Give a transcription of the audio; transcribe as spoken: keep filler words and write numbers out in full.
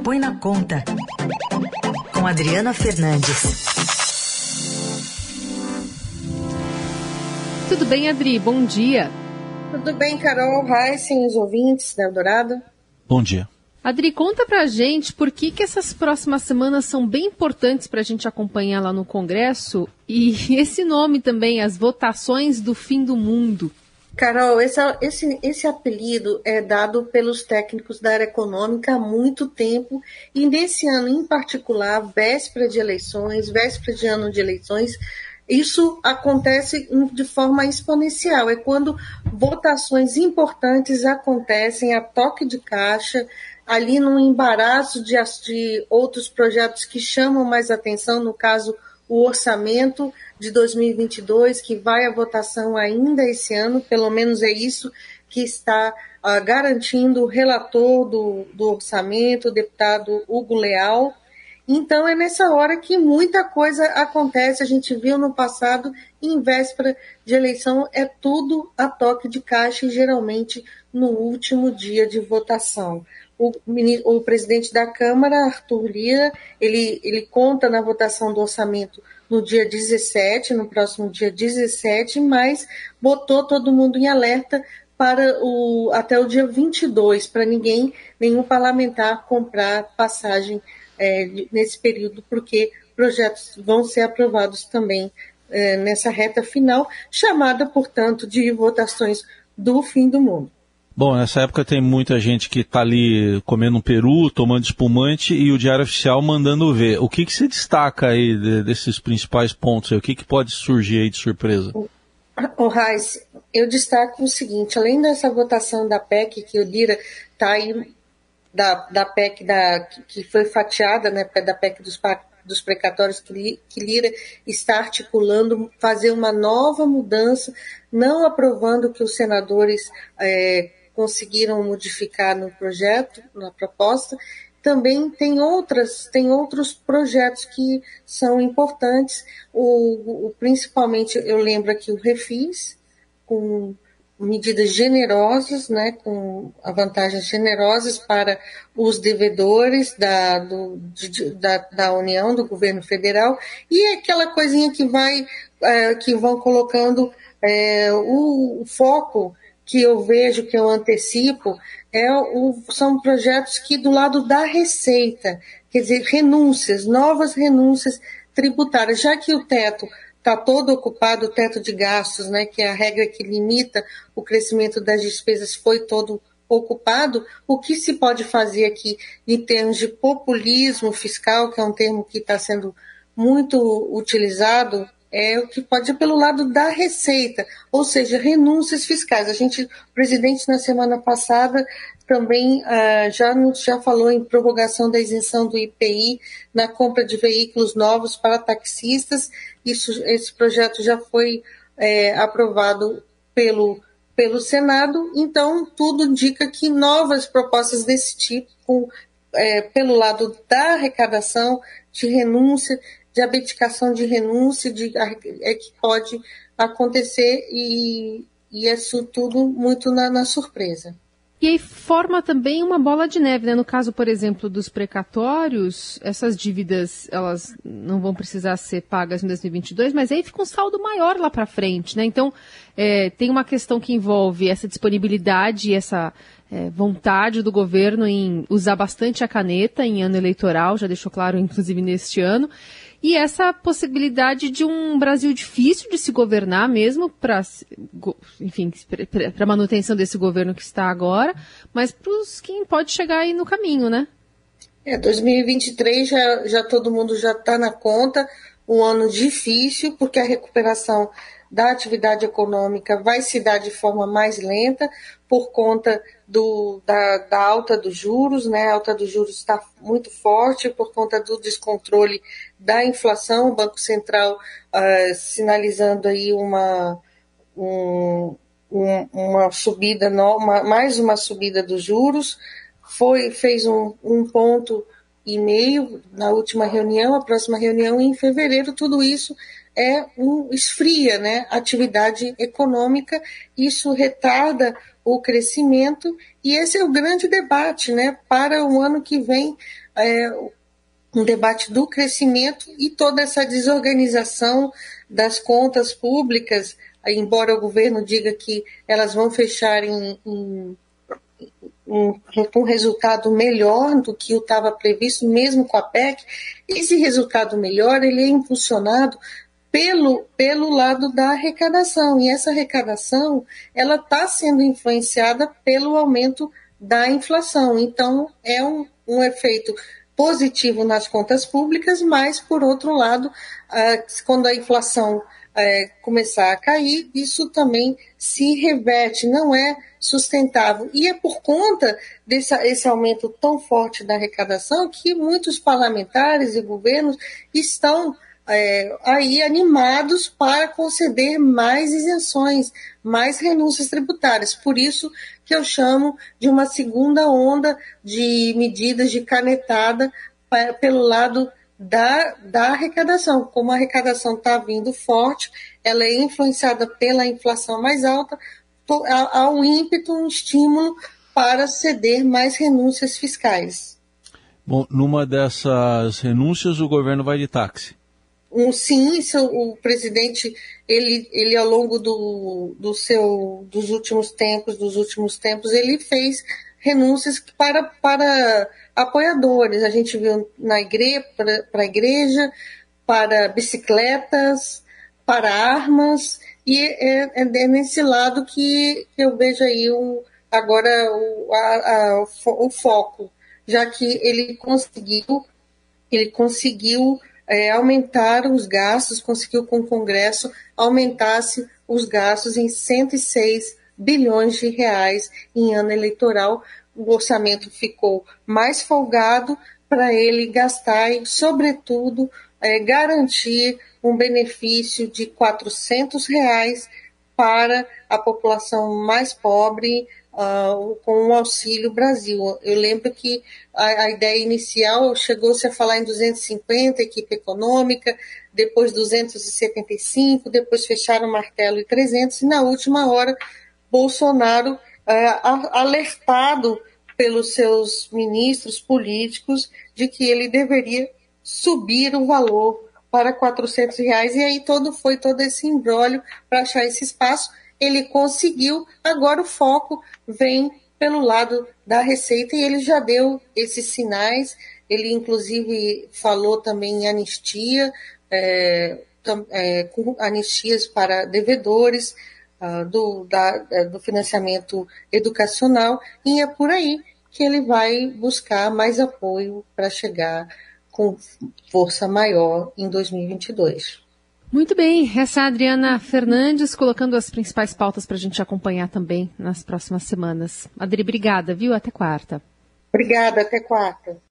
Põe na Conta, com Adriana Fernandes. Tudo bem, Adri? Bom dia. Tudo bem, Carol, Raíssen, os ouvintes da Eldorado. Bom dia. Adri, conta pra gente por que, que essas próximas semanas são bem importantes para a gente acompanhar lá no Congresso e esse nome também, as votações do fim do mundo. Carol, esse, esse, esse apelido é dado pelos técnicos da área econômica há muito tempo e nesse ano em particular, véspera de eleições, véspera de ano de eleições, isso acontece de forma exponencial, é quando votações importantes acontecem a toque de caixa, ali num embaraço de, de outros projetos que chamam mais atenção, no caso o orçamento de dois mil e vinte e dois, que vai à votação ainda esse ano, pelo menos é isso que está uh, garantindo o relator do, do orçamento, o deputado Hugo Leal. Então é nessa hora que muita coisa acontece, a gente viu no passado, em véspera de eleição, é tudo a toque de caixa e geralmente no último dia de votação. O, o presidente da Câmara, Arthur Lira, ele, ele conta na votação do orçamento no dia dezessete, no próximo dia dezessete, mas botou todo mundo em alerta para o, até o dia vinte e dois, para ninguém, nenhum parlamentar comprar passagem é, nesse período, porque projetos vão ser aprovados também é, nessa reta final, chamada, portanto, de votações do fim do mundo. Bom, nessa época tem muita gente que está ali comendo um peru, tomando espumante e o Diário Oficial mandando ver. O que, que você destaca aí de, desses principais pontos? O que, que pode surgir aí de surpresa? O Raíssen, eu destaco o seguinte, além dessa votação da P E C, que o Lira está aí, da, da P E C da, que foi fatiada, né, da P E C dos, dos precatórios, que, que Lira está articulando, fazer uma nova mudança, não aprovando que os senadores é, conseguiram modificar no projeto, na proposta. Também tem, outras, tem outros projetos que são importantes, o, o, principalmente eu lembro aqui o Refis, com medidas generosas, né, com vantagens generosas para os devedores da, do, de, da, da União, do governo federal, e aquela coisinha que, vai, é, que vão colocando é, o, o foco que eu vejo, que eu antecipo, é o, são projetos que do lado da Receita, quer dizer, renúncias, novas renúncias tributárias, já que o teto está todo ocupado, o teto de gastos, né, que é a regra que limita o crescimento das despesas, foi todo ocupado, o que se pode fazer aqui em termos de populismo fiscal, que é um termo que está sendo muito utilizado, é o que pode ir pelo lado da Receita, ou seja, renúncias fiscais. A gente, o presidente na semana passada também uh, já, já falou em prorrogação da isenção do I P I na compra de veículos novos para taxistas. Isso, esse projeto já foi é, aprovado pelo, pelo Senado, então tudo indica que novas propostas desse tipo, com, é, pelo lado da arrecadação, de renúncia, de abdicação de renúncia, de, é que pode acontecer e, e isso tudo muito na, na surpresa. E aí forma também uma bola de neve, né? No caso, por exemplo, dos precatórios, essas dívidas, elas não vão precisar ser pagas em dois mil e vinte e dois, mas aí fica um saldo maior lá para frente, né? Então, é, tem uma questão que envolve essa disponibilidade e essa é, vontade do governo em usar bastante a caneta em ano eleitoral, já deixou claro, inclusive, neste ano, e essa possibilidade de um Brasil difícil de se governar mesmo, para, enfim, para a manutenção desse governo que está agora, mas para os quem pode chegar aí no caminho, né? É, dois mil e vinte e três já, já todo mundo já está na conta, um ano difícil, porque a recuperação da atividade econômica vai se dar de forma mais lenta por conta do, da, da alta dos juros, né? A alta dos juros está muito forte por conta do descontrole da inflação, o Banco Central uh, sinalizando aí uma, um, um, uma subida, uma, mais uma subida dos juros, foi, fez um, um ponto e meio na última reunião, a próxima reunião em fevereiro, tudo isso é um, esfria, né, a atividade econômica, isso retarda o crescimento, e esse é o grande debate, né, para o ano que vem, é, um debate do crescimento e toda essa desorganização das contas públicas, embora o governo diga que elas vão fechar em, em um, um resultado melhor do que o estava previsto, mesmo com a P E C, esse resultado melhor ele é impulsionado pelo, pelo lado da arrecadação, e essa arrecadação ela está sendo influenciada pelo aumento da inflação, então é um, um efeito positivo nas contas públicas, mas, por outro lado, quando a inflação começar a cair, isso também se reverte, não é sustentável. E é por conta desse esse aumento tão forte da arrecadação que muitos parlamentares e governos estão é, aí animados para conceder mais isenções, mais renúncias tributárias. Por isso que eu chamo de uma segunda onda de medidas de canetada para, pelo lado da, da arrecadação. Como a arrecadação está vindo forte, ela é influenciada pela inflação mais alta, há um ímpeto, um estímulo para ceder mais renúncias fiscais. Bom, numa dessas renúncias o governo vai de táxi. Um, sim, isso, o presidente, ele, ele ao longo do, do seu, dos últimos tempos, dos últimos tempos, ele fez renúncias para, para apoiadores. A gente viu na igreja, para, para a igreja, para bicicletas, para armas, e é, é, é nesse lado que, que eu vejo aí o, agora o, a, a, o foco, já que ele conseguiu, ele conseguiu É, aumentar os gastos, conseguiu com o Congresso aumentasse os gastos em cento e seis bilhões de reais em ano eleitoral. O orçamento ficou mais folgado para ele gastar e, sobretudo, é, garantir um benefício de quatrocentos reais para a população mais pobre, Uh, com o Auxílio Brasil. Eu lembro que a, a ideia inicial chegou-se a falar em duzentos e cinquenta, equipe econômica, depois duzentos e setenta e cinco, depois fecharam o martelo em trezentos, e na última hora Bolsonaro, uh, alertado pelos seus ministros políticos de que ele deveria subir o valor para quatrocentos reais, e aí todo, foi todo esse imbróglio para achar esse espaço. Ele conseguiu, agora o foco vem pelo lado da Receita, e ele já deu esses sinais. Ele inclusive falou também em anistia, é, é, com anistias para devedores uh, do, da, do financiamento educacional, e é por aí que ele vai buscar mais apoio para chegar com força maior em dois mil e vinte e dois. Muito bem, essa é a Adriana Fernandes colocando as principais pautas para a gente acompanhar também nas próximas semanas. Adri, obrigada, viu? Até quarta. Obrigada, até quarta.